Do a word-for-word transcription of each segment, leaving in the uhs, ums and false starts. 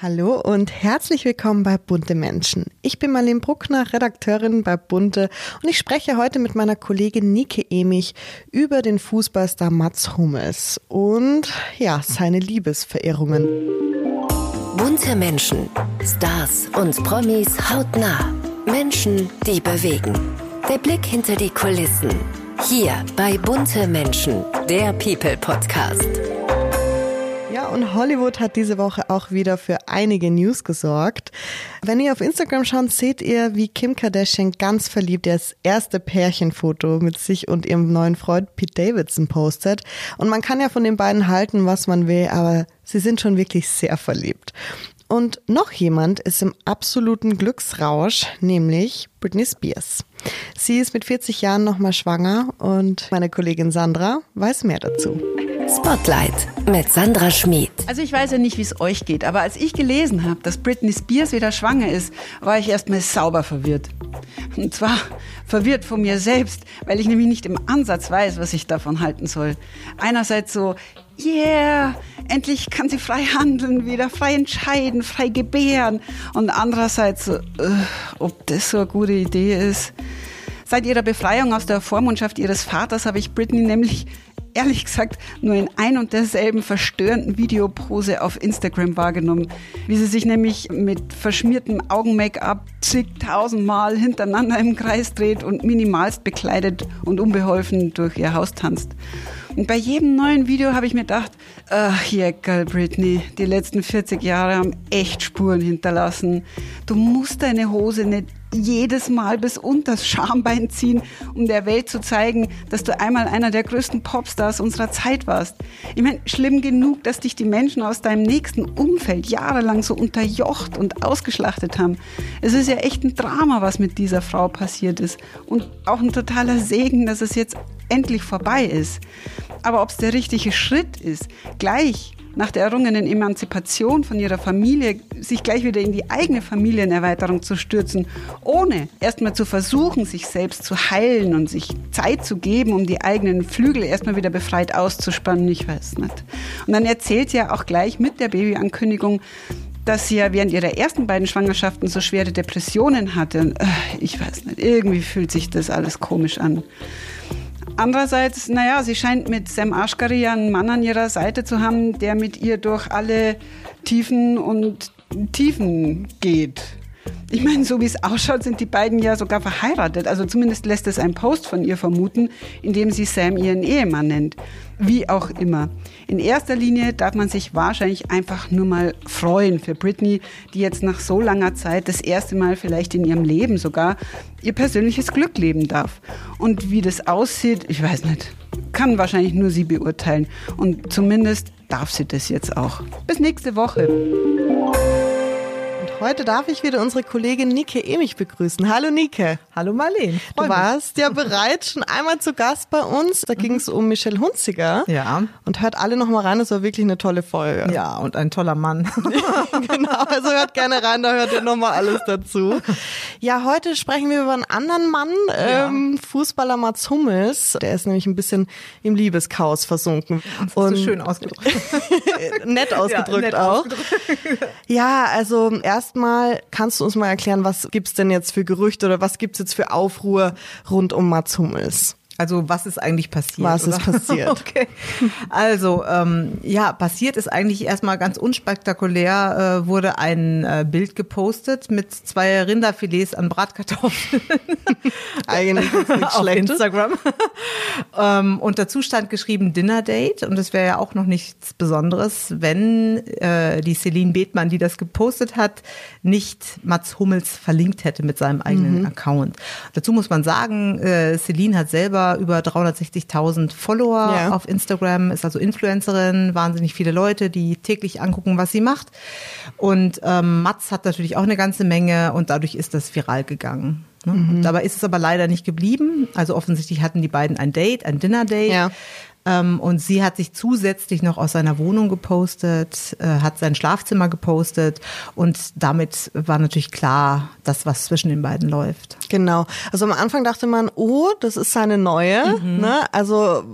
Hallo und herzlich willkommen bei Bunte Menschen. Ich bin Marlene Bruckner, Redakteurin bei Bunte und ich spreche heute mit meiner Kollegin Nike Emich über den Fußballstar Mats Hummels und ja, seine Liebesverirrungen. Bunte Menschen, Stars und Promis hautnah. Menschen, die bewegen. Der Blick hinter die Kulissen. Hier bei Bunte Menschen, der People-Podcast. Ja, und Hollywood hat diese Woche auch wieder für einige News gesorgt. Wenn ihr auf Instagram schaut, seht ihr, wie Kim Kardashian ganz verliebt das erste Pärchenfoto mit sich und ihrem neuen Freund Pete Davidson postet. Und man kann ja von den beiden halten, was man will, aber sie sind schon wirklich sehr verliebt. Und noch jemand ist im absoluten Glücksrausch, nämlich Britney Spears. Sie ist mit vierzig Jahren nochmal schwanger und meine Kollegin Sandra weiß mehr dazu. Spotlight mit Sandra Schmid. Also ich weiß ja nicht, wie es euch geht, aber als ich gelesen habe, dass Britney Spears wieder schwanger ist, war ich erstmal sauber verwirrt. Und zwar verwirrt von mir selbst, weil ich nämlich nicht im Ansatz weiß, was ich davon halten soll. Einerseits so, yeah, endlich kann sie frei handeln, wieder frei entscheiden, frei gebären. Und andererseits so, äh, ob das so eine gute Idee ist. Seit ihrer Befreiung aus der Vormundschaft ihres Vaters habe ich Britney nämlich ehrlich gesagt nur in ein und derselben verstörenden Videopose auf Instagram wahrgenommen, wie sie sich nämlich mit verschmiertem Augen-Make-up zigtausendmal hintereinander im Kreis dreht und minimalst bekleidet und unbeholfen durch ihr Haus tanzt. Und bei jedem neuen Video habe ich mir gedacht, ach Jeckerl, Britney, die letzten vierzig Jahre haben echt Spuren hinterlassen. Du musst deine Hose nicht jedes Mal bis unters Schambein ziehen, um der Welt zu zeigen, dass du einmal einer der größten Popstars unserer Zeit warst. Ich meine, schlimm genug, dass dich die Menschen aus deinem nächsten Umfeld jahrelang so unterjocht und ausgeschlachtet haben. Es ist ja echt ein Drama, was mit dieser Frau passiert ist. Und auch ein totaler Segen, dass es jetzt endlich vorbei ist. Aber ob es der richtige Schritt ist, gleich nach der errungenen Emanzipation von ihrer Familie, sich gleich wieder in die eigene Familienerweiterung zu stürzen, ohne erstmal zu versuchen, sich selbst zu heilen und sich Zeit zu geben, um die eigenen Flügel erstmal wieder befreit auszuspannen, ich weiß nicht. Und dann erzählt sie ja auch gleich mit der Babyankündigung, dass sie ja während ihrer ersten beiden Schwangerschaften so schwere Depressionen hatte. Und, äh, ich weiß nicht, irgendwie fühlt sich das alles komisch an. Andererseits, naja, sie scheint mit Sam Asghari ja einen Mann an ihrer Seite zu haben, der mit ihr durch alle Tiefen und Tiefen geht. Ich meine, so wie es ausschaut, sind die beiden ja sogar verheiratet. Also zumindest lässt es ein Post von ihr vermuten, in dem sie Sam ihren Ehemann nennt. Wie auch immer. In erster Linie darf man sich wahrscheinlich einfach nur mal freuen für Britney, die jetzt nach so langer Zeit das erste Mal vielleicht in ihrem Leben sogar ihr persönliches Glück leben darf. Und wie das aussieht, ich weiß nicht, kann wahrscheinlich nur sie beurteilen. Und zumindest darf sie das jetzt auch. Bis nächste Woche. Heute darf ich wieder unsere Kollegin Nike Emich begrüßen. Hallo Nike. Hallo Marlene. Du warst ja bereits schon einmal zu Gast bei uns. Da ging es um Michelle Hunziker. Ja. Und hört alle noch mal rein, es war wirklich eine tolle Folge. Ja, und ein toller Mann. Genau, also hört gerne rein, da hört ihr noch mal alles dazu. Ja, heute sprechen wir über einen anderen Mann, ja. ähm, Fußballer Mats Hummels. Der ist nämlich ein bisschen im Liebeschaos versunken. Das und so schön ausgedrückt. nett ausgedrückt ja, nett auch. Ausgedrückt. Ja, also erst Mal kannst du uns mal erklären, was gibt's denn jetzt für Gerüchte oder was gibt's jetzt für Aufruhr rund um Mats Hummels? Also was ist eigentlich passiert? Was oder? ist passiert? Okay. Also ähm, ja, passiert ist eigentlich erstmal ganz unspektakulär, äh, wurde ein äh, Bild gepostet mit zwei Rinderfilets an Bratkartoffeln. Eigentlich ist nichts auf Schlechtes. Instagram. ähm, und dazu stand geschrieben Dinner Date und das wäre ja auch noch nichts Besonderes, wenn äh, die Celine Bethmann, die das gepostet hat, nicht Mats Hummels verlinkt hätte mit seinem eigenen mhm. Account. Dazu muss man sagen, äh, Celine hat selber über dreihundertsechzigtausend Follower ja. auf Instagram, ist also Influencerin, wahnsinnig viele Leute, die täglich angucken, was sie macht. Und ähm, Mats hat natürlich auch eine ganze Menge und dadurch ist das viral gegangen. Ne? Mhm. Dabei ist es aber leider nicht geblieben. Also offensichtlich hatten die beiden ein Date, ein Dinner-Date. Ja. Ähm, und sie hat sich zusätzlich noch aus seiner Wohnung gepostet, äh, hat sein Schlafzimmer gepostet und damit war natürlich klar, dass was zwischen den beiden läuft. Genau. Also am Anfang dachte man, oh, das ist seine neue. Mhm. Ne? Also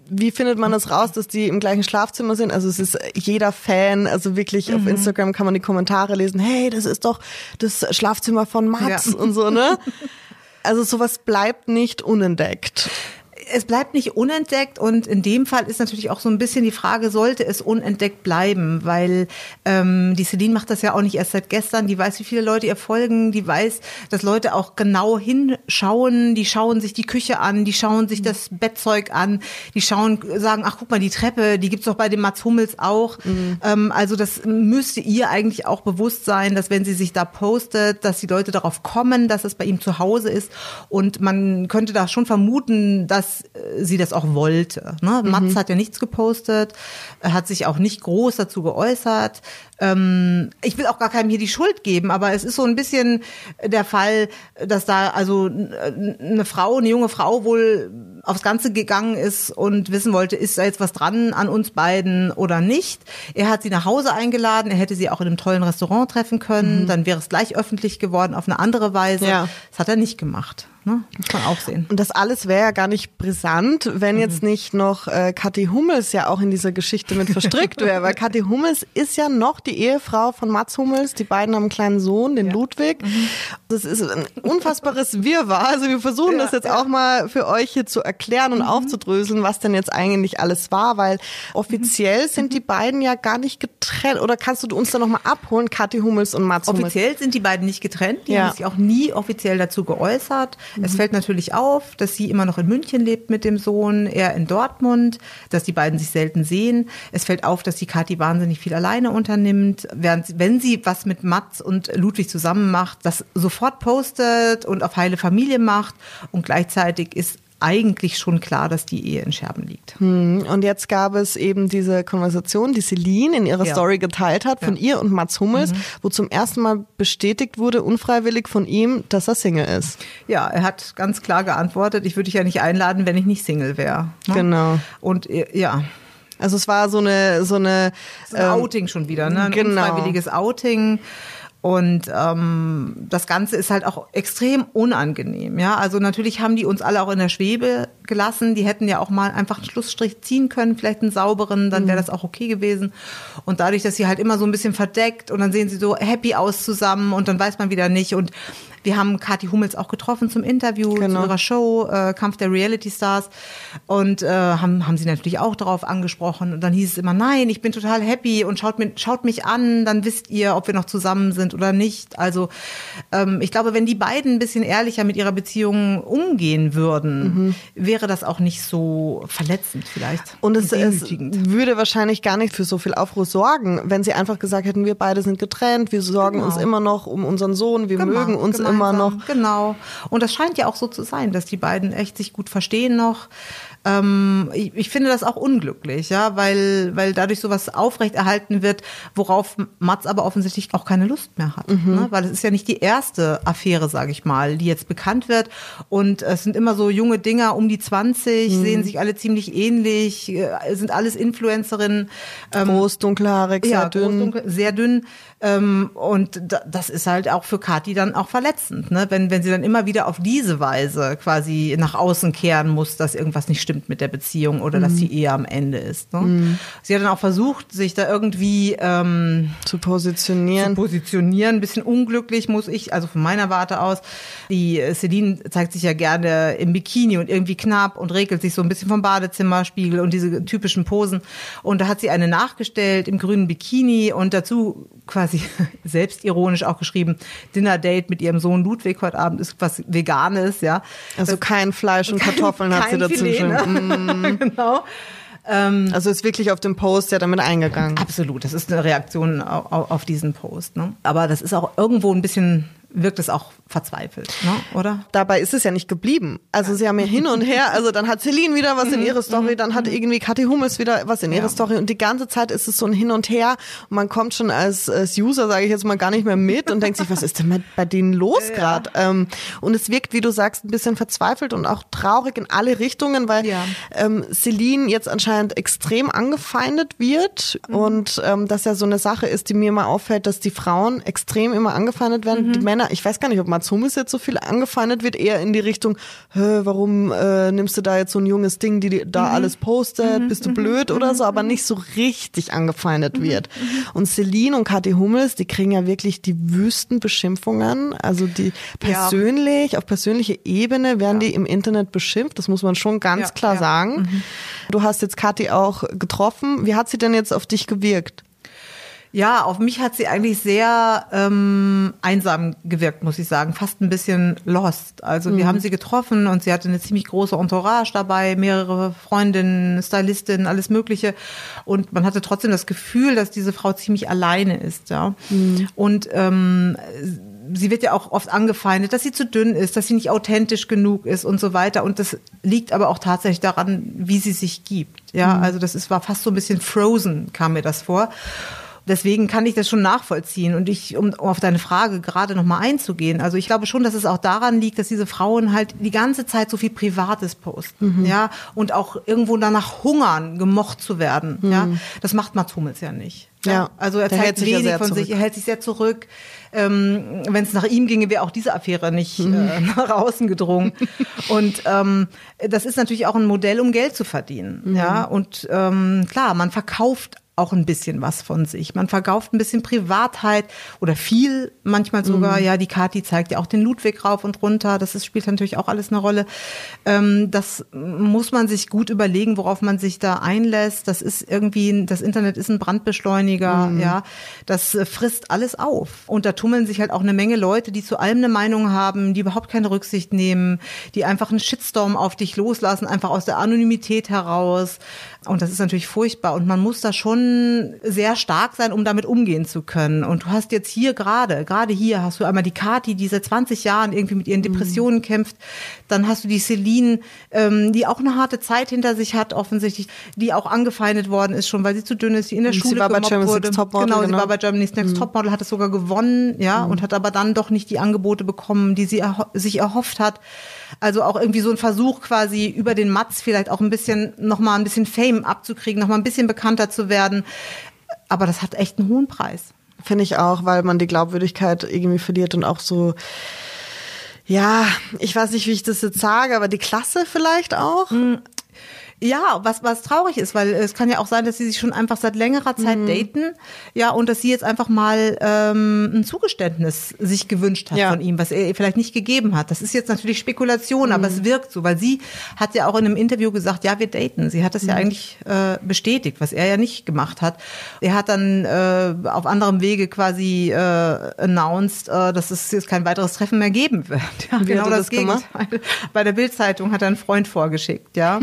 wie findet man das raus, dass die im gleichen Schlafzimmer sind? Also es ist jeder Fan, also wirklich mhm. auf Instagram kann man die Kommentare lesen, hey, das ist doch das Schlafzimmer von Mats ja. und so, ne? Also sowas bleibt nicht unentdeckt. Es bleibt nicht unentdeckt und in dem Fall ist natürlich auch so ein bisschen die Frage, sollte es unentdeckt bleiben, weil ähm, die Celine macht das ja auch nicht erst seit gestern, die weiß, wie viele Leute ihr folgen, die weiß, dass Leute auch genau hinschauen, die schauen sich die Küche an, die schauen sich das Bettzeug an, die schauen, sagen, ach guck mal, die Treppe, die gibt's doch bei dem Mats Hummels auch. Mhm. Ähm, also das müsste ihr eigentlich auch bewusst sein, dass wenn sie sich da postet, dass die Leute darauf kommen, dass es bei ihm zu Hause ist und man könnte da schon vermuten, dass sie das auch wollte. Ne? Mhm. Mats hat ja nichts gepostet, hat sich auch nicht groß dazu geäußert. Ähm, ich will auch gar keinem hier die Schuld geben, aber es ist so ein bisschen der Fall, dass da also eine Frau, eine junge Frau wohl aufs Ganze gegangen ist und wissen wollte, ist da jetzt was dran an uns beiden oder nicht. Er hat sie nach Hause eingeladen, er hätte sie auch in einem tollen Restaurant treffen können, mhm. dann wäre es gleich öffentlich geworden auf eine andere Weise. Ja. Das hat er nicht gemacht. Ne? Muss man auch sehen. Und das alles wäre ja gar nicht brisant, wenn mhm. jetzt nicht noch äh, Kathi Hummels ja auch in dieser Geschichte mit verstrickt wäre, weil Kathi Hummels ist ja noch die Ehefrau von Mats Hummels, die beiden haben einen kleinen Sohn, den ja. Ludwig. Mhm. Das ist ein unfassbares Wirrwarr, also wir versuchen ja, das jetzt ja. auch mal für euch hier zu erklären und mhm. aufzudröseln, was denn jetzt eigentlich alles war, weil offiziell mhm. sind die beiden ja gar nicht getrennt, oder kannst du uns da nochmal abholen, Kathi Hummels und Mats Hummels? Offiziell sind die beiden nicht getrennt, die ja. haben sich auch nie offiziell dazu geäußert. Es fällt natürlich auf, dass sie immer noch in München lebt mit dem Sohn, er in Dortmund, dass die beiden sich selten sehen. Es fällt auf, dass die Kathi wahnsinnig viel alleine unternimmt, während wenn sie was mit Mats und Ludwig zusammen macht, das sofort postet und auf heile Familie macht und gleichzeitig ist eigentlich schon klar, dass die Ehe in Scherben liegt. Hm. Und jetzt gab es eben diese Konversation, die Celine in ihrer ja. Story geteilt hat, von ja. ihr und Mats Hummels, mhm. wo zum ersten Mal bestätigt wurde, unfreiwillig von ihm, dass er Single ist. Ja, er hat ganz klar geantwortet, ich würde dich ja nicht einladen, wenn ich nicht Single wäre. Ne? Genau. Und ja. Also es war so eine... So eine so ein ähm, Outing schon wieder, ne? Ein genau. unfreiwilliges Outing. Und ähm, das Ganze ist halt auch extrem unangenehm. Ja, also natürlich haben die uns alle auch in der Schwebe gelassen. Die hätten ja auch mal einfach einen Schlussstrich ziehen können, vielleicht einen sauberen, dann wäre das auch okay gewesen. Und dadurch, dass sie halt immer so ein bisschen verdeckt und dann sehen sie so happy aus zusammen und dann weiß man wieder nicht. Und wir haben Kathi Hummels auch getroffen zum Interview, genau. zu ihrer Show, äh, Kampf der Reality Stars. Und äh, haben, haben sie natürlich auch darauf angesprochen. Und dann hieß es immer, nein, ich bin total happy und schaut, mir, schaut mich an, dann wisst ihr, ob wir noch zusammen sind oder nicht. Also ähm, ich glaube, wenn die beiden ein bisschen ehrlicher mit ihrer Beziehung umgehen würden, mhm. wäre das auch nicht so verletzend vielleicht. Und es, es würde wahrscheinlich gar nicht für so viel Aufruhr sorgen, wenn sie einfach gesagt hätten, wir beide sind getrennt, wir sorgen genau. uns immer noch um unseren Sohn, wir genau, mögen uns gemeinsam. Immer noch. Genau. Und das scheint ja auch so zu sein, dass die beiden echt sich gut verstehen noch. Ähm, ich, ich finde das auch unglücklich, ja, weil, weil dadurch sowas aufrechterhalten wird, worauf Mats aber offensichtlich auch keine Lust mehr hat. Mhm. Ne? Weil es ist ja nicht die erste Affäre, sage ich mal, die jetzt bekannt wird. Und es sind immer so junge Dinger um die zwanzig, mhm. sehen sich alle ziemlich ähnlich, sind alles Influencerinnen. Ähm, groß, dunkelhaarig, sehr ja, dünn. Groß, dunkel, sehr dünn. Ähm, und da, das ist halt auch für Kathi dann auch verletzend, ne? Wenn, wenn sie dann immer wieder auf diese Weise quasi nach außen kehren muss, dass irgendwas nicht stimmt mit der Beziehung oder mhm. dass die Ehe am Ende ist. Ne? Mhm. Sie hat dann auch versucht, sich da irgendwie ähm, zu positionieren. Zu positionieren. Ein bisschen unglücklich muss ich, also von meiner Warte aus. Die Celine zeigt sich ja gerne im Bikini und irgendwie knapp und regelt sich so ein bisschen vom Badezimmerspiegel und diese typischen Posen. Und da hat sie eine nachgestellt im grünen Bikini und dazu quasi selbstironisch auch geschrieben, Dinner-Date mit ihrem Sohn Ludwig heute Abend ist was Veganes, ja. Also kein Fleisch und Kartoffeln kein, hat sie dazwischen. Ne? Mm. Genau. Ähm, also ist wirklich auf den Post ja damit eingegangen. Absolut, das ist eine Reaktion auf, auf diesen Post. Ne? Aber das ist auch irgendwo ein bisschen, wirkt es auch verzweifelt, ne? Oder? Dabei ist es ja nicht geblieben. Also sie haben ja hin und her, also dann hat Celine wieder was in ihre Story, dann hat irgendwie Kathi Hummels wieder was in ihre ja. Story und die ganze Zeit ist es so ein Hin und Her und man kommt schon als, als User, sage ich jetzt mal, gar nicht mehr mit und denkt sich, was ist denn bei denen los ja. gerade? Ähm, und es wirkt, wie du sagst, ein bisschen verzweifelt und auch traurig in alle Richtungen, weil ja. ähm, Celine jetzt anscheinend extrem angefeindet wird mhm. und ähm, das ja so eine Sache ist, die mir immer auffällt, dass die Frauen extrem immer angefeindet werden, mhm. die Männer keiner, ich weiß gar nicht, ob Mats Hummels jetzt so viel angefeindet wird, eher in die Richtung, hä, warum äh, nimmst du da jetzt so ein junges Ding, die, die da mhm. alles postet, mhm. bist du blöd mhm. oder so, aber nicht so richtig angefeindet mhm. wird. Und Celine und Kathi Hummels, die kriegen ja wirklich die wüsten Beschimpfungen, also die persönlich, ja. auf persönliche Ebene werden ja. die im Internet beschimpft, das muss man schon ganz ja, klar ja. sagen. Mhm. Du hast jetzt Kathi auch getroffen, wie hat sie denn jetzt auf dich gewirkt? Ja, auf mich hat sie eigentlich sehr ähm, einsam gewirkt, muss ich sagen. Fast ein bisschen lost. Also mhm. wir haben sie getroffen und sie hatte eine ziemlich große Entourage dabei, mehrere Freundinnen, Stylistinnen, alles Mögliche. Und man hatte trotzdem das Gefühl, dass diese Frau ziemlich alleine ist. Ja. Mhm. Und ähm, sie wird ja auch oft angefeindet, dass sie zu dünn ist, dass sie nicht authentisch genug ist und so weiter. Und das liegt aber auch tatsächlich daran, wie sie sich gibt. Ja, mhm. also das ist, war fast so ein bisschen Frozen, kam mir das vor. Deswegen kann ich das schon nachvollziehen. Und ich, um auf deine Frage gerade nochmal einzugehen, also ich glaube schon, dass es auch daran liegt, dass diese Frauen halt die ganze Zeit so viel Privates posten, mhm. ja, und auch irgendwo danach hungern, gemocht zu werden, mhm. ja. Das macht Mats Hummels ja nicht. Ja, ja. Also er zeigt wenig ja von zurück. sich, er hält sich sehr zurück. Ähm, wenn es nach ihm ginge, wäre auch diese Affäre nicht mhm. äh, nach außen gedrungen. Und ähm, das ist natürlich auch ein Modell, um Geld zu verdienen, mhm. ja. Und ähm, klar, man verkauft auch ein bisschen was von sich. Man verkauft ein bisschen Privatheit oder viel, manchmal sogar. Mhm. Ja, die Kathi zeigt ja auch den Ludwig rauf und runter. Das ist, spielt natürlich auch alles eine Rolle. Ähm, das muss man sich gut überlegen, worauf man sich da einlässt. Das ist irgendwie, das Internet ist ein Brandbeschleuniger. Mhm. Ja, das frisst alles auf. Und da tummeln sich halt auch eine Menge Leute, die zu allem eine Meinung haben, die überhaupt keine Rücksicht nehmen, die einfach einen Shitstorm auf dich loslassen, einfach aus der Anonymität heraus. Und das ist natürlich furchtbar. Und man muss da schon sehr stark sein, um damit umgehen zu können. Und du hast jetzt hier gerade, gerade hier hast du einmal die Kathi, die seit zwanzig Jahren irgendwie mit ihren Depressionen mhm. kämpft. Dann hast du die Celine, ähm, die auch eine harte Zeit hinter sich hat, offensichtlich, die auch angefeindet worden ist schon, weil sie zu dünn ist, die in der und Schule gemobbt wurde. Topmodel, genau, sie genau. war bei Germany's Next mhm. Topmodel, hat es sogar gewonnen, ja, mhm. und hat aber dann doch nicht die Angebote bekommen, die sie erho- sich erhofft hat. Also auch irgendwie so ein Versuch quasi über den Mats vielleicht auch ein bisschen, nochmal ein bisschen Fame abzukriegen, nochmal ein bisschen bekannter zu werden. Aber das hat echt einen hohen Preis. Finde ich auch, weil man die Glaubwürdigkeit irgendwie verliert und auch so, ja, ich weiß nicht, wie ich das jetzt sage, aber die Klasse vielleicht auch. Mhm. Ja, was was traurig ist, weil es kann ja auch sein, dass sie sich schon einfach seit längerer Zeit mhm. daten, ja, und dass sie jetzt einfach mal ähm, ein Zugeständnis sich gewünscht hat ja. von ihm, was er ihr vielleicht nicht gegeben hat. Das ist jetzt natürlich Spekulation, mhm. aber es wirkt so, weil sie hat ja auch in einem Interview gesagt, ja, wir daten. Sie hat das mhm. ja eigentlich äh, bestätigt, was er ja nicht gemacht hat. Er hat dann äh, auf anderem Wege quasi äh, announced, äh, dass es jetzt kein weiteres Treffen mehr geben wird. Ja, Wie genau hat er das, das Gegenteil. Gemacht? Bei der Bild-Zeitung hat er einen Freund vorgeschickt, ja.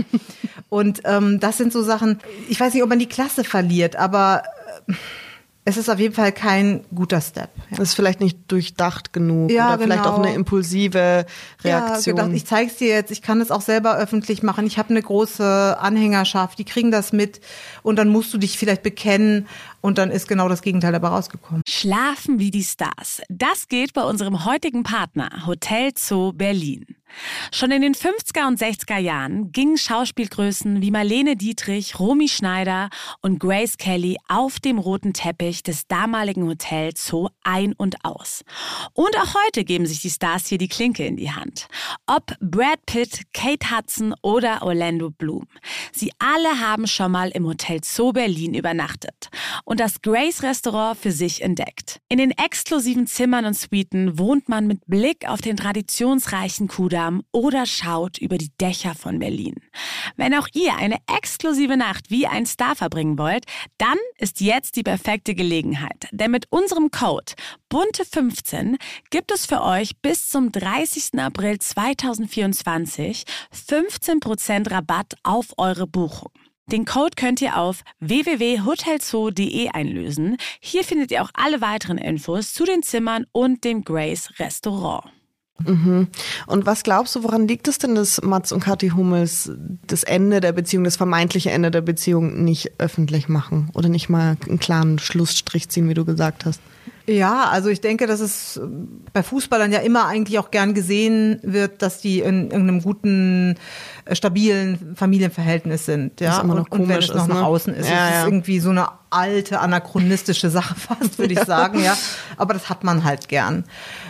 Und ähm, das sind so Sachen, ich weiß nicht, ob man die Klasse verliert, aber äh, es ist auf jeden Fall kein guter Step. Ja. Das ist vielleicht nicht durchdacht genug ja, oder genau. vielleicht auch eine impulsive Reaktion. Ja, gedacht, ich zeig's dir jetzt, ich kann es auch selber öffentlich machen. Ich habe eine große Anhängerschaft, die kriegen das mit und dann musst du dich vielleicht bekennen und dann ist genau das Gegenteil dabei rausgekommen. Schlafen wie die Stars. Das geht bei unserem heutigen Partner Hotel Zoo Berlin. Schon in den fünfziger und sechziger Jahren gingen Schauspielgrößen wie Marlene Dietrich, Romy Schneider und Grace Kelly auf dem roten Teppich des damaligen Hotel Zoo ein und aus. Und auch heute geben sich die Stars hier die Klinke in die Hand. Ob Brad Pitt, Kate Hudson oder Orlando Bloom. Sie alle haben schon mal im Hotel Zoo Berlin übernachtet und das Grace Restaurant für sich entdeckt. In den exklusiven Zimmern und Suiten wohnt man mit Blick auf den traditionsreichen Kudamm oder schaut über die Dächer von Berlin. Wenn auch ihr eine exklusive Nacht wie ein Star verbringen wollt, dann ist jetzt die perfekte Gelegenheit. Denn mit unserem Code bunte fünfzehn gibt es für euch bis zum dreißigsten April zweitausendvierundzwanzig fünfzehn Prozent Rabatt auf eure Buchung. Den Code könnt ihr auf w w w punkt hotelzoo punkt d e einlösen. Hier findet ihr auch alle weiteren Infos zu den Zimmern und dem Grace Restaurant. Mhm. Und was glaubst du, woran liegt es denn, dass Mats und Kathi Hummels das Ende der Beziehung, das vermeintliche Ende der Beziehung nicht öffentlich machen oder nicht mal einen klaren Schlussstrich ziehen, wie du gesagt hast? Ja, also ich denke, dass es bei Fußballern ja immer eigentlich auch gern gesehen wird, dass die in irgendeinem guten, stabilen Familienverhältnis sind. Ja? Das immer noch und, und wenn es komisch noch ist, nach ne? außen ist. Ja, es ja. ist irgendwie so eine alte, anachronistische Sache fast, würde ich sagen. Ja, aber das hat man halt gern.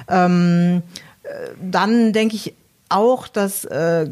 Ähm, dann denke ich auch, dass äh,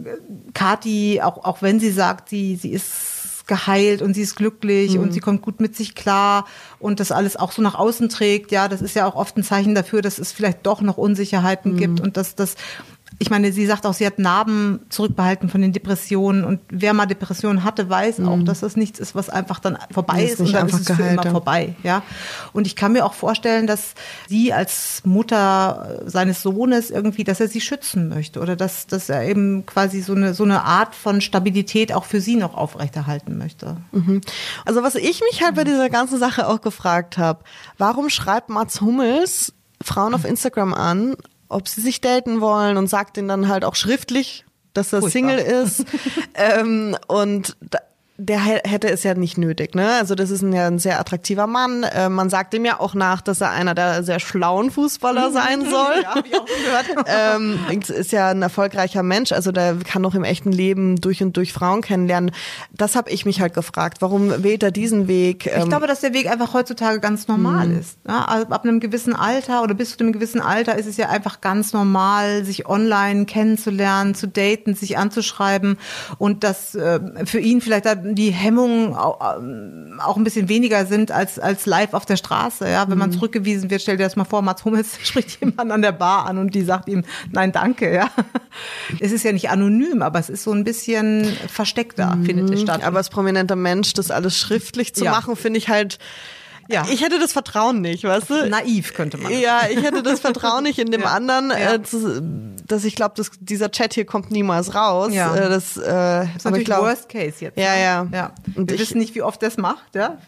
Kathi, auch, auch wenn sie sagt, sie, sie ist geheilt und sie ist glücklich mhm. und sie kommt gut mit sich klar und das alles auch so nach außen trägt, ja, das ist ja auch oft ein Zeichen dafür, dass es vielleicht doch noch Unsicherheiten mhm. gibt und dass das, ich meine, sie sagt auch, sie hat Narben zurückbehalten von den Depressionen und wer mal Depressionen hatte, weiß auch, dass das nichts ist, was einfach dann vorbei ist, ist und dann ist es für geheilt, immer ja. vorbei, ja. Und ich kann mir auch vorstellen, dass sie als Mutter seines Sohnes irgendwie, dass er sie schützen möchte oder dass, dass er eben quasi so eine, so eine Art von Stabilität auch für sie noch aufrechterhalten möchte. Mhm. Also was ich mich halt bei dieser ganzen Sache auch gefragt habe, warum schreibt Mats Hummels Frauen auf Instagram an, ob sie sich daten wollen und sagt ihnen dann halt auch schriftlich, dass er Single ist. ähm, und da, der hätte es ja nicht nötig, ne? Also das ist ein, ja ein sehr attraktiver Mann. Äh, man sagt ihm ja auch nach, dass er einer der sehr schlauen Fußballer sein soll. Ja, hab ich auch gehört. ähm, ist ja ein erfolgreicher Mensch, also der kann doch im echten Leben durch und durch Frauen kennenlernen. Das habe ich mich halt gefragt. Warum wählt er diesen Weg? Ich ähm, glaube, dass der Weg einfach heutzutage ganz normal mh. ist. Ja, also ab einem gewissen Alter oder bis zu einem gewissen Alter ist es ja einfach ganz normal, sich online kennenzulernen, zu daten, sich anzuschreiben und dass äh, für ihn vielleicht da die Hemmungen auch, auch ein bisschen weniger sind als, als live auf der Straße. Ja? Wenn man zurückgewiesen wird, stell dir das mal vor, Mats Hummels spricht jemand an der Bar an und die sagt ihm, nein, danke. Ja? Es ist ja nicht anonym, aber es ist so ein bisschen versteckter, mhm. findet es statt. Aber als prominenter Mensch, das alles schriftlich zu ja. machen, finde ich halt... Ja. Ich hätte das Vertrauen nicht, weißt du? Naiv könnte man. Ja, ich hätte das Vertrauen nicht in dem ja. anderen, ja. äh, dass ich glaube, dass dieser Chat hier kommt niemals raus. Ja. Äh, das, äh, das ist natürlich glaub, Worst Case jetzt. Ja, ne? ja. ja. Und Wir ich, wissen nicht, wie oft das macht, ja?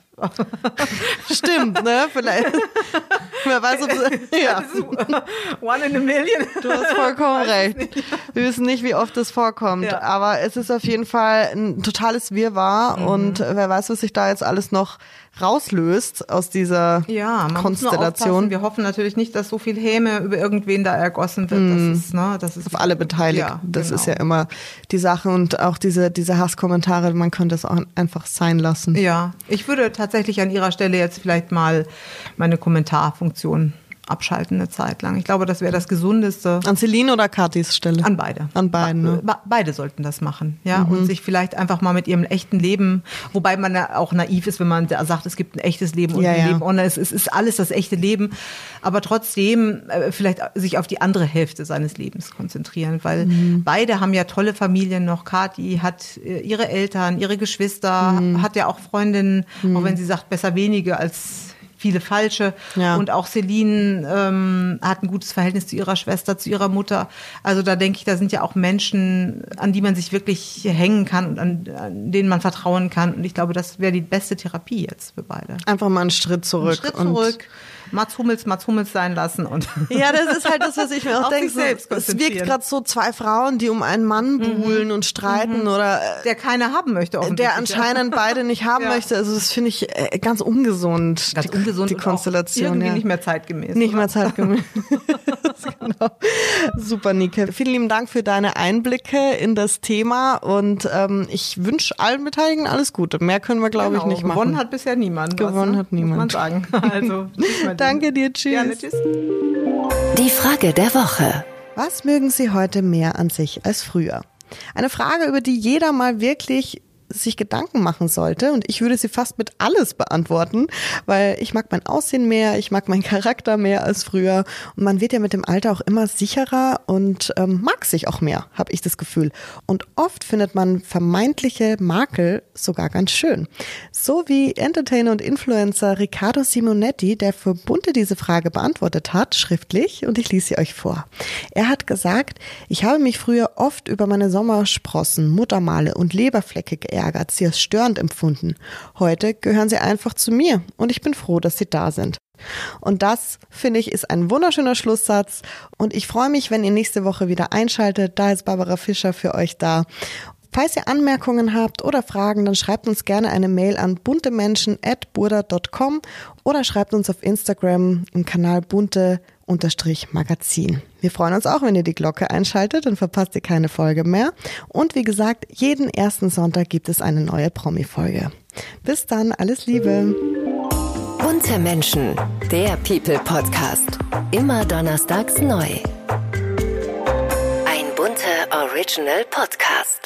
Stimmt, ne? Vielleicht. Wer weiß, ob ja. One in a million. Du hast vollkommen recht. Wir wissen nicht, wie oft das vorkommt. Ja. Aber es ist auf jeden Fall ein totales Wirrwarr mhm. und wer weiß, was sich da jetzt alles noch rauslöst aus dieser ja, man Konstellation. Muss nur wir hoffen natürlich nicht, dass so viel Häme über irgendwen da ergossen wird. Mm. Das ist, ne, das ist auf alle beteiligt. Ja, das genau. ist ja immer die Sache und auch diese, diese Hasskommentare, man könnte es auch einfach sein lassen. Ja, ich würde tatsächlich an ihrer Stelle jetzt vielleicht mal meine Kommentarfunktion abschalten eine Zeit lang. Ich glaube, das wäre das Gesundeste. An Celine oder Kathis Stelle? An beide. An beiden, ne? Be- beide sollten das machen, ja, mhm. und sich vielleicht einfach mal mit ihrem echten Leben, wobei man ja auch naiv ist, wenn man sagt, es gibt ein echtes Leben und ja, ein ja. Leben online. Es ist, ist alles das echte Leben, aber trotzdem äh, vielleicht sich auf die andere Hälfte seines Lebens konzentrieren, weil mhm. beide haben ja tolle Familien noch. Kathi hat äh, ihre Eltern, ihre Geschwister, mhm. hat ja auch Freundinnen, mhm. auch wenn sie sagt, besser wenige als viele falsche. Ja. Und auch Celine ähm, hat ein gutes Verhältnis zu ihrer Schwester, zu ihrer Mutter. Also da denke ich, da sind ja auch Menschen, an die man sich wirklich hängen kann und an, an denen man vertrauen kann. Und ich glaube, das wäre die beste Therapie jetzt für beide. Einfach mal einen Schritt zurück. Einen Schritt zurück. Mats Hummels, Mats Hummels sein lassen. Und ja, das ist halt das, was ich mir auch denke. So, es wirkt gerade so zwei Frauen, die um einen Mann buhlen mhm. und streiten. Mhm. oder äh, der keiner haben möchte. Der anscheinend beide nicht haben ja. möchte. Also das finde ich äh, ganz ungesund. Ganz ungesund die Konstellation. Irgendwie ja. nicht mehr zeitgemäß. Nicht oder? mehr zeitgemäß. Genau. Super, Nike. Vielen lieben Dank für deine Einblicke in das Thema und ähm, ich wünsche allen Beteiligten alles Gute. Mehr können wir, glaube genau. ich, nicht machen. Gewonnen hat bisher niemand. Gewonnen was, hat niemand. Muss man sagen. Also, danke dir, tschüss. Gerne, tschüss. Die Frage der Woche. Was mögen Sie heute mehr an sich als früher? Eine Frage, über die jeder mal wirklich sich Gedanken machen sollte und ich würde sie fast mit alles beantworten, weil ich mag mein Aussehen mehr, ich mag meinen Charakter mehr als früher und man wird ja mit dem Alter auch immer sicherer und ähm, mag sich auch mehr, habe ich das Gefühl. Und oft findet man vermeintliche Makel sogar ganz schön. So wie Entertainer und Influencer Riccardo Simonetti, der für Bunte diese Frage beantwortet hat, schriftlich, und ich lese sie euch vor. Er hat gesagt, ich habe mich früher oft über meine Sommersprossen, Muttermale und Leberflecke geärgert, sie als störend empfunden. Heute gehören sie einfach zu mir und ich bin froh, dass sie da sind. Und das, finde ich, ist ein wunderschöner Schlusssatz und ich freue mich, wenn ihr nächste Woche wieder einschaltet. Da ist Barbara Fischer für euch da. Falls ihr Anmerkungen habt oder Fragen, dann schreibt uns gerne eine Mail an buntemenschen at burda punkt com oder schreibt uns auf Instagram im Kanal bunte-magazin. Wir freuen uns auch, wenn ihr die Glocke einschaltet, dann verpasst ihr keine Folge mehr. Und wie gesagt, jeden ersten Sonntag gibt es eine neue Promi-Folge. Bis dann, alles Liebe. Bunte Menschen, der People-Podcast. Immer donnerstags neu. Ein bunter Original Podcast.